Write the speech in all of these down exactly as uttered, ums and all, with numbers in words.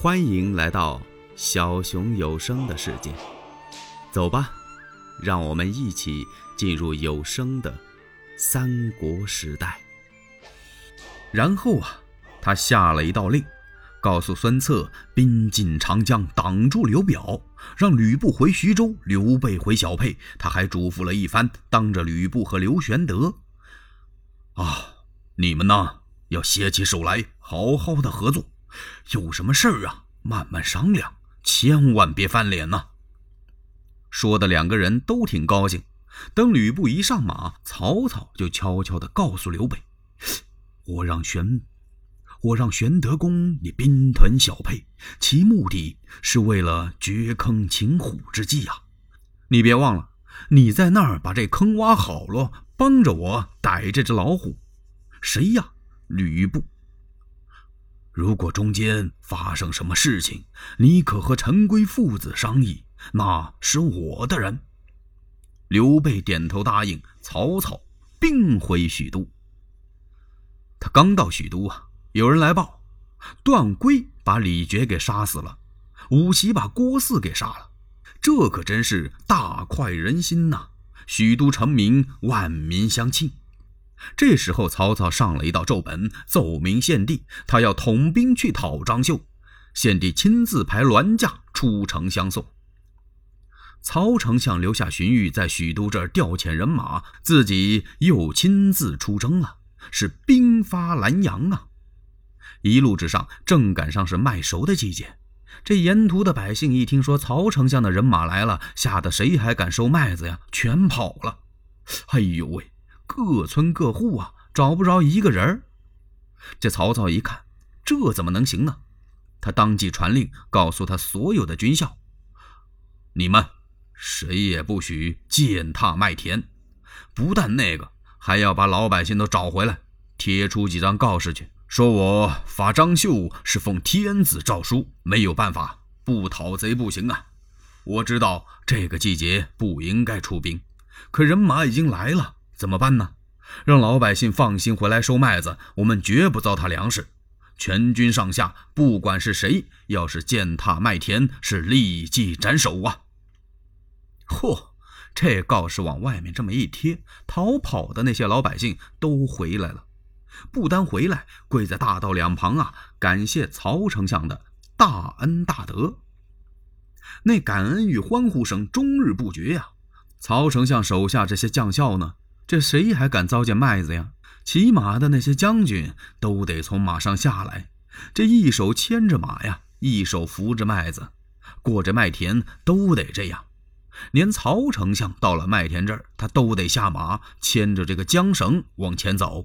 欢迎来到小熊有声的世界，走吧，让我们一起进入有声的三国时代。然后啊，他下了一道令，告诉孙策兵进长江，挡住刘表，让吕布回徐州，刘备回小沛。他还嘱咐了一番，当着吕布和刘玄德啊，你们呢要携起手来，好好的合作，有什么事儿啊慢慢商量，千万别翻脸呐。说的两个人都挺高兴。等吕布一上马，曹操就悄悄地告诉刘备，我让玄我让玄德公你兵屯小沛，其目的是为了掘坑擒虎之计啊！你别忘了，你在那儿把这坑挖好了，帮着我逮这只老虎。谁呀？吕布。如果中间发生什么事情，你可和陈规父子商议，那是我的人。刘备点头答应，曹操兵回许都。他刚到许都啊，有人来报，段珪把李傕给杀死了，武袭把郭汜给杀了，这可真是大快人心呐！许都成名，万民相庆。这时候曹操上了一道奏本，奏明献帝，他要统兵去讨张绣。献帝亲自排銮驾出城相送。曹丞相留下荀彧在许都这儿调遣人马，自己又亲自出征了，是兵发兰阳啊！一路之上正赶上是麦熟的季节，这沿途的百姓一听说曹丞相的人马来了，吓得谁还敢收麦子呀，全跑了。哎呦喂，各村各户啊，找不着一个人。这曹操一看，这怎么能行呢？他当即传令，告诉他所有的军校，你们谁也不许践踏麦田，不但那个，还要把老百姓都找回来，贴出几张告示去，说我罚张绣是奉天子诏书，没有办法，不讨贼不行啊。我知道这个季节不应该出兵，可人马已经来了，怎么办呢？让老百姓放心回来收麦子，我们绝不糟蹋粮食。全军上下不管是谁，要是践踏麦田，是立即斩首啊！嚯，这告示往外面这么一贴，逃跑的那些老百姓都回来了。不单回来，跪在大道两旁啊，感谢曹丞相的大恩大德。那感恩与欢呼声终日不绝呀、啊。曹丞相手下这些将校呢，这谁还敢糟践麦子呀？骑马的那些将军都得从马上下来，这一手牵着马呀，一手扶着麦子，过着麦田都得这样。连曹丞相到了麦田这儿，他都得下马，牵着这个缰绳往前走。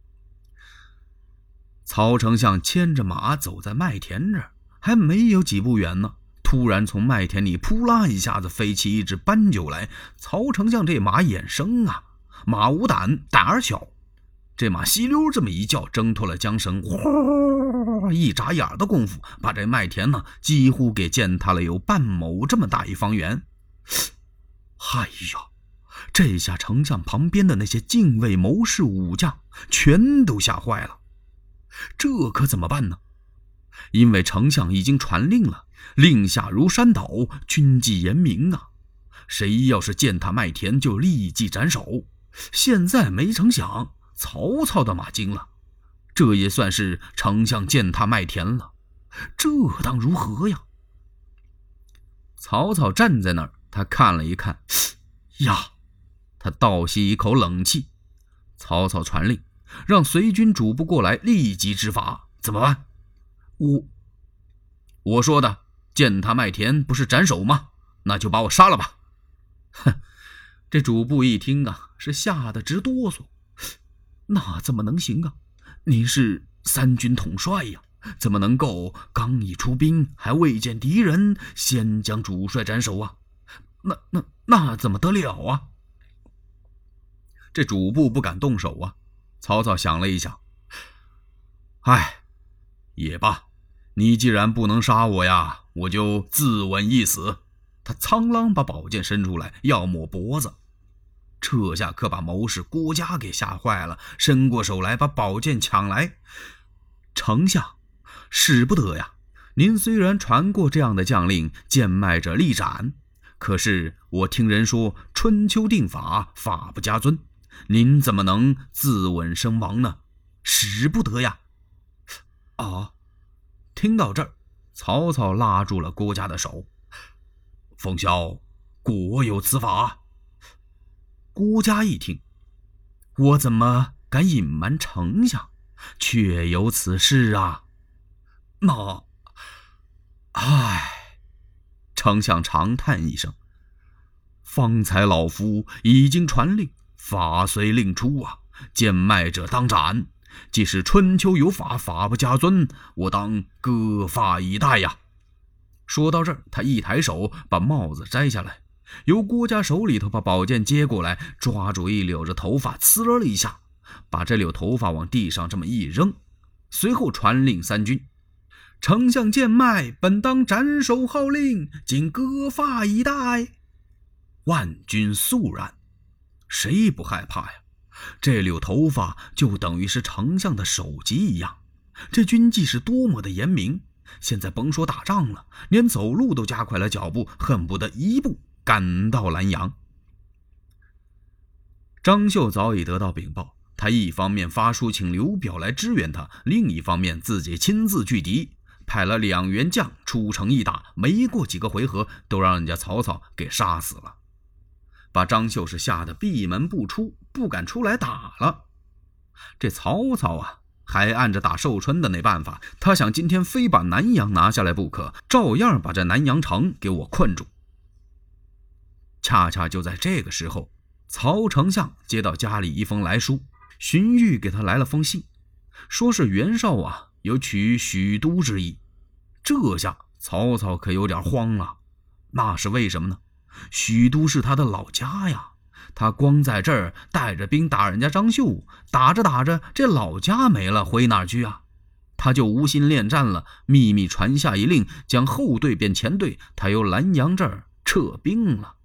曹丞相牵着马走在麦田这儿，还没有几步远呢，突然从麦田里扑啦一下子飞起一只斑鸠来。曹丞相这马眼生啊，马无胆，胆儿小，这马稀溜这么一叫，挣脱了缰绳，哗，一眨眼的功夫，把这麦田呢几乎给践踏了有半亩这么大一方圆。哎呀，这下丞相旁边的那些禁卫谋士武将全都吓坏了，这可怎么办呢？因为丞相已经传令了，令下如山倒，军纪严明啊，谁要是践踏麦田就立即斩首。现在没成想曹操的马惊了，这也算是丞相践踏麦田了，这当如何呀？曹操站在那儿，他看了一看，呀，他倒吸一口冷气。曹操传令，让随军主簿过来立即执法。怎么办？我我说的践踏麦田不是斩首吗？那就把我杀了吧。哼，这主簿一听啊，是吓得直哆嗦。那怎么能行啊？您是三军统帅呀，怎么能够刚一出兵还未见敌人，先将主帅斩首啊？那那那怎么得了啊？这主簿不敢动手啊。曹操想了一想，哎，也罢，你既然不能杀我呀，我就自刎一死。他苍啷把宝剑伸出来要抹脖子，这下可把谋士郭嘉给吓坏了，伸过手来把宝剑抢来。丞相使不得呀， 您虽然传过这样的将令，贱卖者立斩，可是我听人说春秋定法，法不加尊，您怎么能自刎身亡呢？使不得呀！啊！听到这儿，曹操拉住了郭嘉的手。奉孝，果有此法。郭嘉一听，我怎么敢隐瞒丞相？确有此事啊！那……唉，丞相长叹一声，方才老夫已经传令，法虽令出啊，贱卖者当斩。即使春秋有法，法不加尊，我当割发以待呀。说到这儿，他一抬手把帽子摘下来，由郭嘉手里头把宝剑接过来，抓住一绺着头发，呲了一下，把这绺头发往地上这么一扔，随后传令三军：丞相贱卖，本当斩首号令，今割发以待。万军肃然，谁不害怕呀？这绺头发就等于是丞相的首级一样，这军纪是多么的严明。现在甭说打仗了，连走路都加快了脚步，恨不得一步赶到兰阳。张绣早已得到禀报，他一方面发书请刘表来支援他，另一方面自己亲自拒敌，派了两员将出城一打，没过几个回合都让人家曹操给杀死了，把张绣是吓得闭门不出，不敢出来打了。这曹操啊，还按着打寿春的那办法，他想今天非把南阳拿下来不可，照样把这南阳城给我困住。恰恰就在这个时候，曹丞相接到家里一封来书，荀彧给他来了封信，说是袁绍啊有取许都之意。这下曹操可有点慌了，那是为什么呢？许都是他的老家呀，他光在这儿带着兵打人家张绣，打着打着这老家没了，回哪儿去啊？他就无心恋战了，秘密传下一令，将后队变前队，他由兰阳这儿撤兵了。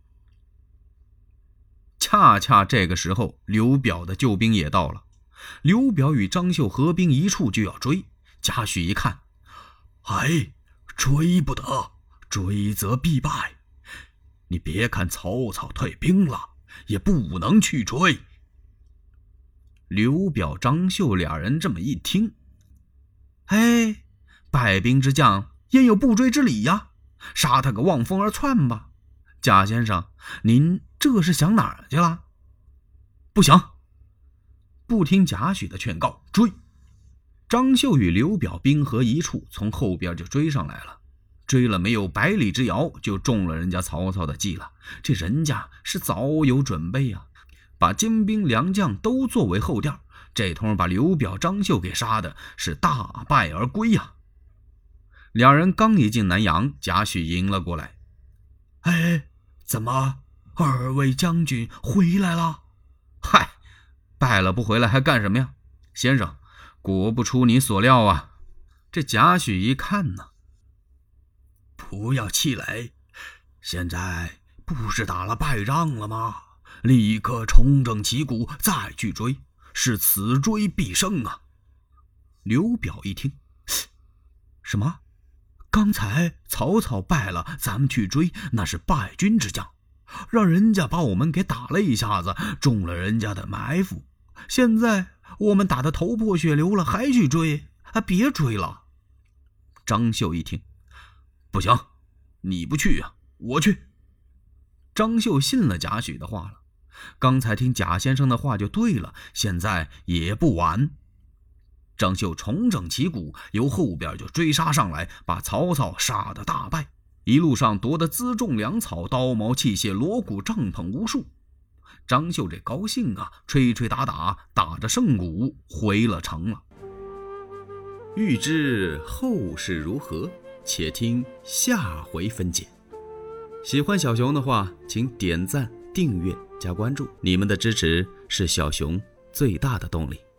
恰恰这个时候，刘表的救兵也到了。刘表与张绣合兵一处，就要追。贾诩一看，哎，追不得，追则必败。你别看曹操退兵了，也不能去追。刘表、张绣俩人这么一听，哎，败兵之将焉有不追之理呀？杀他个望风而窜吧。贾先生，您这是想哪儿去了？不行，不听贾诩的劝告，追。张绣与刘表兵合一处，从后边就追上来了。追了没有百里之遥，就中了人家曹操的计了。这人家是早有准备啊，把精兵良将都作为后调，这通把刘表、张绣给杀的是大败而归呀。两人刚一进南阳，贾诩迎了过来。哎，怎么二位将军回来了？嗨，败了不回来还干什么呀？先生，果不出你所料啊。这贾诩一看呢，不要气馁，现在不是打了败仗了吗？立刻重整旗鼓，再去追，是此追必胜啊。刘表一听，什么？刚才曹操败了，咱们去追，那是败军之将，让人家把我们给打了一下子，中了人家的埋伏。现在我们打得头破血流了，还去追？啊，别追了。张绣一听，不行，你不去啊，我去。张绣信了贾诩的话了，刚才听贾先生的话就对了，现在也不晚。张绣重整旗鼓，由后边就追杀上来，把曹操杀得大败，一路上夺得辎重粮草、刀矛器械、锣鼓帐篷无数。张绣这高兴啊，吹吹打打，打着胜鼓回了城了。欲知后事如何，且听下回分解。喜欢小熊的话，请点赞、订阅、加关注，你们的支持是小熊最大的动力。